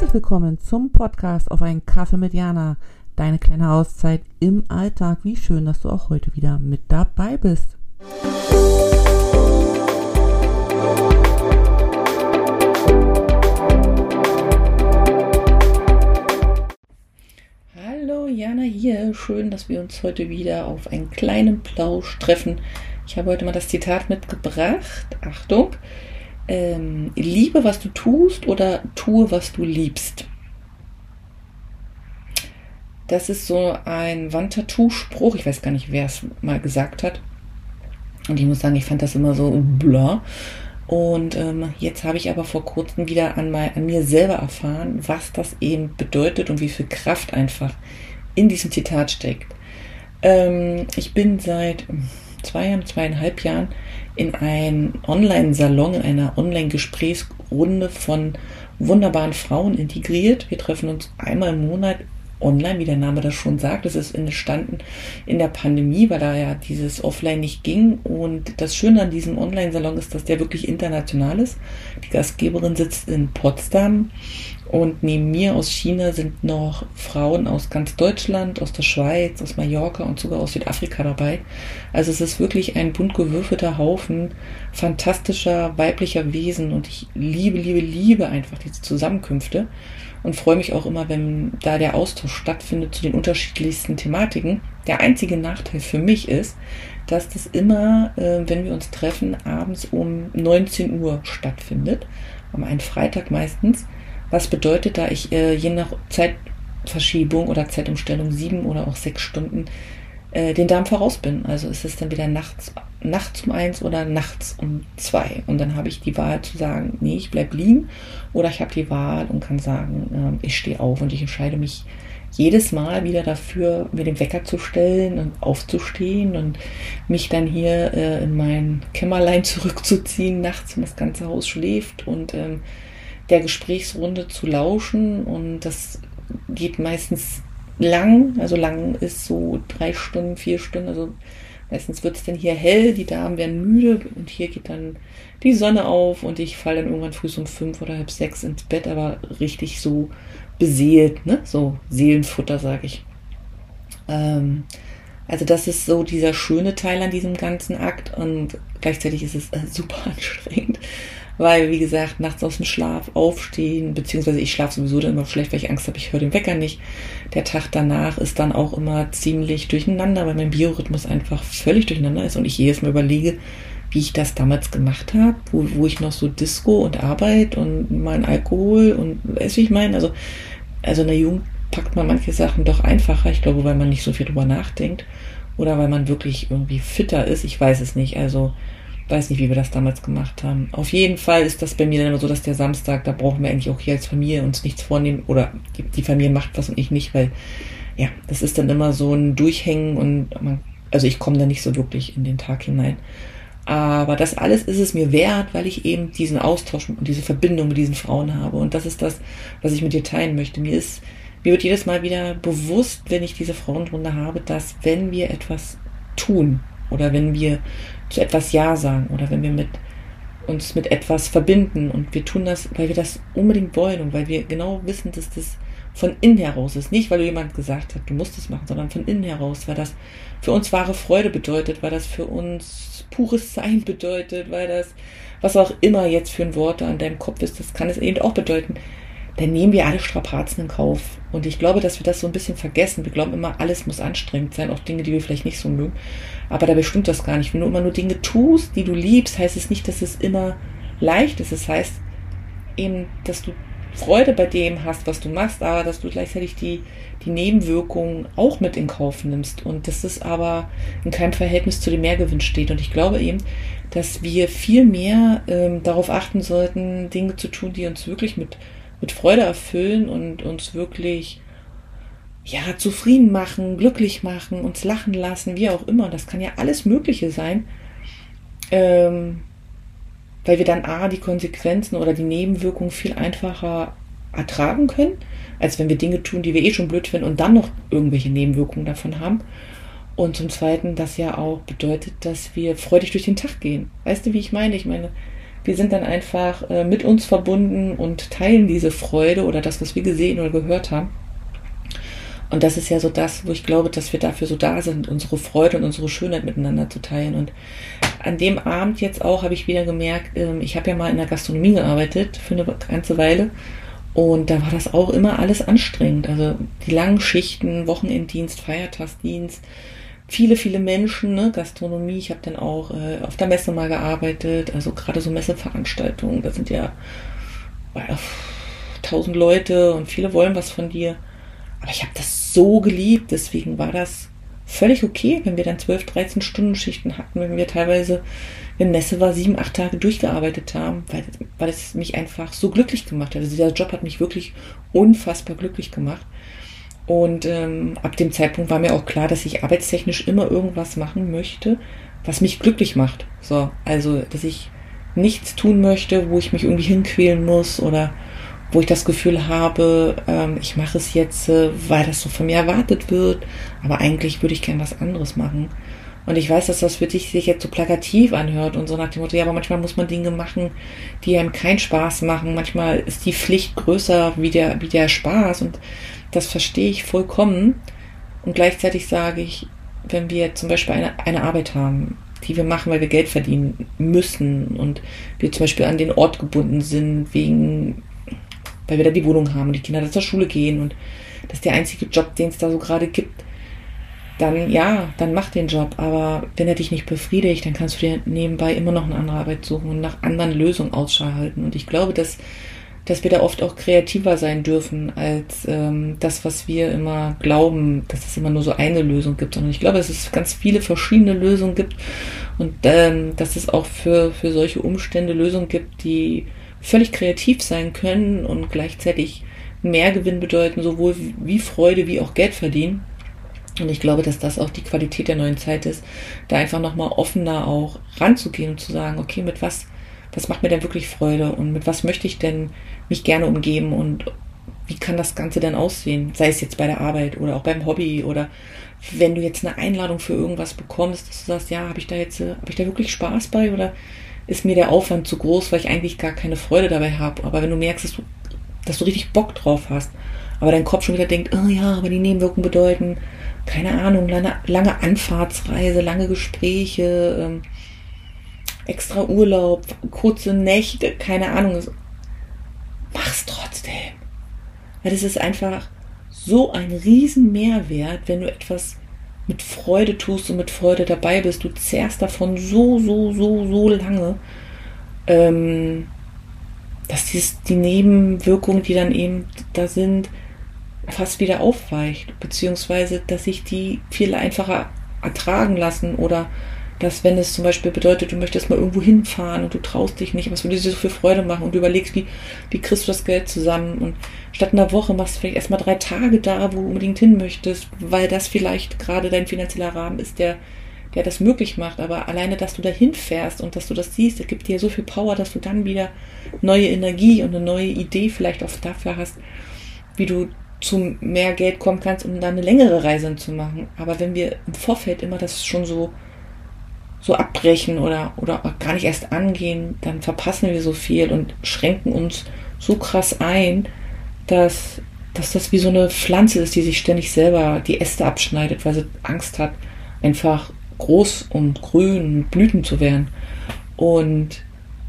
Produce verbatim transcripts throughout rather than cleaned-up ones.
Herzlich willkommen zum Podcast auf einen Kaffee mit Jana. Deine kleine Auszeit im Alltag. Wie schön, dass du auch heute wieder mit dabei bist. Hallo, Jana hier. Schön, dass wir uns heute wieder auf einen kleinen Plausch treffen. Ich habe heute mal das Zitat mitgebracht. Achtung. Ähm, liebe, was du tust oder tue, was du liebst. Das ist so ein Wandtattoo-Spruch. Ich weiß gar nicht, wer es mal gesagt hat. Und ich muss sagen, ich fand das immer so bla. Und ähm, jetzt habe ich aber vor kurzem wieder an, mein, an mir selber erfahren, was das eben bedeutet und wie viel Kraft einfach in diesem Zitat steckt. Ähm, ich bin seit zwei Jahren, zweieinhalb Jahren in einen Online-Salon, in einer Online-Gesprächsrunde von wunderbaren Frauen integriert. Wir treffen uns einmal im Monat online, wie der Name das schon sagt. Das ist entstanden in der Pandemie, weil da ja dieses Offline nicht ging. Und das Schöne an diesem Online-Salon ist, dass der wirklich international ist. Die Gastgeberin sitzt in Potsdam und neben mir aus China sind noch Frauen aus ganz Deutschland, aus der Schweiz, aus Mallorca und sogar aus Südafrika dabei. Also es ist wirklich ein bunt gewürfelter Haufen fantastischer weiblicher Wesen und ich liebe, liebe, liebe einfach diese Zusammenkünfte und freue mich auch immer, wenn da der Austausch stattfindet zu den unterschiedlichsten Thematiken. Der einzige Nachteil für mich ist, dass das immer, äh, wenn wir uns treffen, abends um neunzehn Uhr stattfindet, am einen Freitag meistens. Was bedeutet, da ich äh, je nach Zeitverschiebung oder Zeitumstellung sieben oder auch sechs Stunden äh, den Darm voraus bin. Also ist es dann wieder nachts, nachts um eins oder nachts um zwei. Und dann habe ich die Wahl zu sagen, nee, ich bleib liegen. Oder ich habe die Wahl und kann sagen, äh, ich stehe auf. Und ich entscheide mich jedes Mal wieder dafür, mir den Wecker zu stellen und aufzustehen und mich dann hier äh, in mein Kämmerlein zurückzuziehen, nachts, wenn das ganze Haus schläft und ähm, der Gesprächsrunde zu lauschen. Und das geht meistens lang, also lang ist so drei Stunden, vier Stunden, also meistens wird es dann hier hell, die Damen werden müde und hier geht dann die Sonne auf und ich falle dann irgendwann früh um fünf oder halb sechs ins Bett, aber richtig so beseelt, ne? So Seelenfutter, sage ich. Ähm, also das ist so dieser schöne Teil an diesem ganzen Akt und gleichzeitig ist es äh, super anstrengend, weil, wie gesagt, nachts aus dem Schlaf aufstehen, beziehungsweise ich schlafe sowieso dann immer schlecht, weil ich Angst habe, ich höre den Wecker nicht. Der Tag danach ist dann auch immer ziemlich durcheinander, weil mein Biorhythmus einfach völlig durcheinander ist und ich jedes Mal überlege, wie ich das damals gemacht habe, wo, wo ich noch so Disco und Arbeit und mein Alkohol und, weißt du, wie ich meine? Also, also in der Jugend packt man manche Sachen doch einfacher, ich glaube, weil man nicht so viel drüber nachdenkt oder weil man wirklich irgendwie fitter ist, ich weiß es nicht, also weiß nicht, wie wir das damals gemacht haben. Auf jeden Fall ist das bei mir dann immer so, dass der Samstag, da brauchen wir eigentlich auch hier als Familie uns nichts vornehmen oder die Familie macht was und ich nicht, weil ja, das ist dann immer so ein Durchhängen und man, also ich komme da nicht so wirklich in den Tag hinein. Aber das alles ist es mir wert, weil ich eben diesen Austausch und diese Verbindung mit diesen Frauen habe und das ist das, was ich mit dir teilen möchte. Mir ist, mir wird jedes Mal wieder bewusst, wenn ich diese Frauenrunde habe, dass wenn wir etwas tun oder wenn wir zu etwas Ja sagen oder wenn wir mit uns mit etwas verbinden und wir tun das, weil wir das unbedingt wollen und weil wir genau wissen, dass das von innen heraus ist. Nicht, weil jemand gesagt hat, du musst es machen, sondern von innen heraus, weil das für uns wahre Freude bedeutet, weil das für uns pures Sein bedeutet, weil das, was auch immer jetzt für ein Wort da an deinem Kopf ist, das kann es eben auch bedeuten. Dann nehmen wir alle Strapazen in Kauf. Und ich glaube, dass wir das so ein bisschen vergessen. Wir glauben immer, alles muss anstrengend sein, auch Dinge, die wir vielleicht nicht so mögen. Aber dabei stimmt das gar nicht. Wenn du immer nur Dinge tust, die du liebst, heißt es nicht, dass es immer leicht ist. Es heißt eben, dass du Freude bei dem hast, was du machst, aber dass du gleichzeitig die, die Nebenwirkungen auch mit in Kauf nimmst. Und dass es aber in keinem Verhältnis zu dem Mehrgewinn steht. Und ich glaube eben, dass wir viel mehr ähm, darauf achten sollten, Dinge zu tun, die uns wirklich mit mit Freude erfüllen und uns wirklich ja zufrieden machen, glücklich machen, uns lachen lassen, wie auch immer. Das kann ja alles Mögliche sein, ähm, weil wir dann A, die Konsequenzen oder die Nebenwirkungen viel einfacher ertragen können, als wenn wir Dinge tun, die wir eh schon blöd finden und dann noch irgendwelche Nebenwirkungen davon haben. Und zum Zweiten, das ja auch bedeutet, dass wir freudig durch den Tag gehen. Weißt du, wie ich meine? Ich meine, wir sind dann einfach äh, mit uns verbunden und teilen diese Freude oder das, was wir gesehen oder gehört haben. Und das ist ja so das, wo ich glaube, dass wir dafür so da sind, unsere Freude und unsere Schönheit miteinander zu teilen. Und an dem Abend jetzt auch habe ich wieder gemerkt, ähm, ich habe ja mal in der Gastronomie gearbeitet für eine ganze Weile. Und da war das auch immer alles anstrengend. Also die langen Schichten, Wochenenddienst, Feiertagsdienst, viele, viele Menschen, ne? Gastronomie. Ich habe dann auch äh, auf der Messe mal gearbeitet, also gerade so Messeveranstaltungen. Da sind ja äh, tausend Leute und viele wollen was von dir. Aber ich habe das so geliebt, deswegen war das völlig okay, wenn wir dann zwölf, dreizehn Stunden Schichten hatten, wenn wir teilweise, wenn Messe war, sieben, acht Tage durchgearbeitet haben, weil, weil es mich einfach so glücklich gemacht hat. Also dieser Job hat mich wirklich unfassbar glücklich gemacht. Und ähm, ab dem Zeitpunkt war mir auch klar, dass ich arbeitstechnisch immer irgendwas machen möchte, was mich glücklich macht. So, also, dass ich nichts tun möchte, wo ich mich irgendwie hinquälen muss oder wo ich das Gefühl habe, ähm, ich mache es jetzt, äh, weil das so von mir erwartet wird, aber eigentlich würde ich gern was anderes machen. Und ich weiß, dass das für dich sich jetzt so plakativ anhört und so nach dem Motto, ja, aber manchmal muss man Dinge machen, die einem keinen Spaß machen. Manchmal ist die Pflicht größer wie der, wie der Spaß und das verstehe ich vollkommen. Und gleichzeitig sage ich, wenn wir zum Beispiel eine, eine Arbeit haben, die wir machen, weil wir Geld verdienen müssen und wir zum Beispiel an den Ort gebunden sind, wegen weil wir da die Wohnung haben und die Kinder da zur Schule gehen und das ist der einzige Job, den es da so gerade gibt, dann ja, dann mach den Job. Aber wenn er dich nicht befriedigt, dann kannst du dir nebenbei immer noch eine andere Arbeit suchen und nach anderen Lösungen Ausschau halten. Und ich glaube, dass, dass wir da oft auch kreativer sein dürfen als ähm, das, was wir immer glauben, dass es immer nur so eine Lösung gibt. Sondern ich glaube, dass es ganz viele verschiedene Lösungen gibt und ähm, dass es auch für, für solche Umstände Lösungen gibt, die völlig kreativ sein können und gleichzeitig mehr Gewinn bedeuten, sowohl wie Freude wie auch Geld verdienen. Und ich glaube, dass das auch die Qualität der neuen Zeit ist, da einfach nochmal offener auch ranzugehen und zu sagen, okay, mit was, was macht mir denn wirklich Freude und mit was möchte ich denn mich gerne umgeben und wie kann das Ganze denn aussehen? Sei es jetzt bei der Arbeit oder auch beim Hobby oder wenn du jetzt eine Einladung für irgendwas bekommst, dass du sagst, ja, habe ich da jetzt, habe ich da wirklich Spaß bei oder ist mir der Aufwand zu groß, weil ich eigentlich gar keine Freude dabei habe. Aber wenn du merkst, dass du, dass du richtig Bock drauf hast, aber dein Kopf schon wieder denkt, oh ja, aber die Nebenwirkungen bedeuten, keine Ahnung, lange, lange Anfahrtsreise, lange Gespräche, ähm, extra Urlaub, kurze Nächte, keine Ahnung. Mach's trotzdem. Weil das ist einfach so ein riesen Mehrwert, wenn du etwas mit Freude tust und mit Freude dabei bist. Du zehrst davon so, so, so, so lange, ähm, dass dies, die Nebenwirkungen, die dann eben da sind, fast wieder aufweicht. Beziehungsweise, dass sich die viel einfacher ertragen lassen oder dass, wenn es zum Beispiel bedeutet, du möchtest mal irgendwo hinfahren und du traust dich nicht, was würde dir so viel Freude machen und du überlegst, wie, wie kriegst du das Geld zusammen und statt einer Woche machst du vielleicht erstmal drei Tage da, wo du unbedingt hin möchtest, weil das vielleicht gerade dein finanzieller Rahmen ist, der, der das möglich macht, aber alleine, dass du da hinfährst und dass du das siehst, das gibt dir so viel Power, dass du dann wieder neue Energie und eine neue Idee vielleicht auch dafür hast, wie du zu mehr Geld kommen kannst, um dann eine längere Reise zu machen. Aber wenn wir im Vorfeld immer das schon so so abbrechen oder, oder gar nicht erst angehen, dann verpassen wir so viel und schränken uns so krass ein, dass, dass das wie so eine Pflanze ist, die sich ständig selber die Äste abschneidet, weil sie Angst hat, einfach groß und grün und blüten zu werden. Und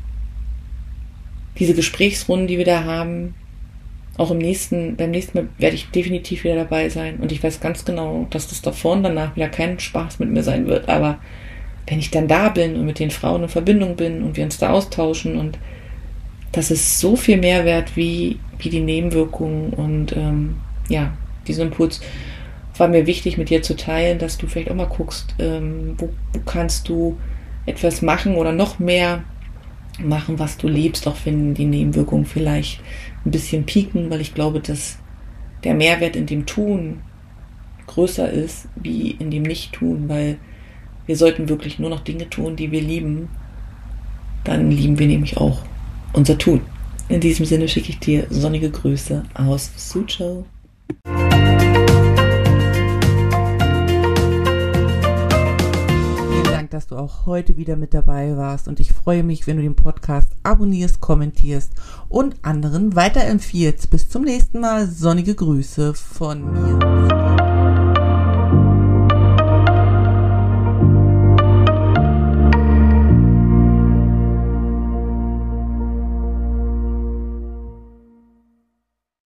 diese Gesprächsrunden, die wir da haben, auch im nächsten, beim nächsten Mal werde ich definitiv wieder dabei sein. Und ich weiß ganz genau, dass das davor und danach wieder kein Spaß mit mir sein wird, aber wenn ich dann da bin und mit den Frauen in Verbindung bin und wir uns da austauschen und das ist so viel Mehrwert wie, wie die Nebenwirkungen und ähm, ja, diesen Impuls war mir wichtig mit dir zu teilen, dass du vielleicht auch mal guckst, ähm, wo, wo kannst du etwas machen oder noch mehr machen, was du liebst, auch wenn die Nebenwirkungen vielleicht ein bisschen pieken, weil ich glaube, dass der Mehrwert in dem Tun größer ist, wie in dem Nicht-Tun, weil wir sollten wirklich nur noch Dinge tun, die wir lieben. Dann lieben wir nämlich auch unser Tun. In diesem Sinne schicke ich dir sonnige Grüße aus Suzhou. Vielen Dank, dass dass du auch heute wieder mit dabei warst und ich freue mich, wenn du den Podcast abonnierst, kommentierst und anderen weiterempfiehlst. Bis zum nächsten Mal. Sonnige Grüße von mir.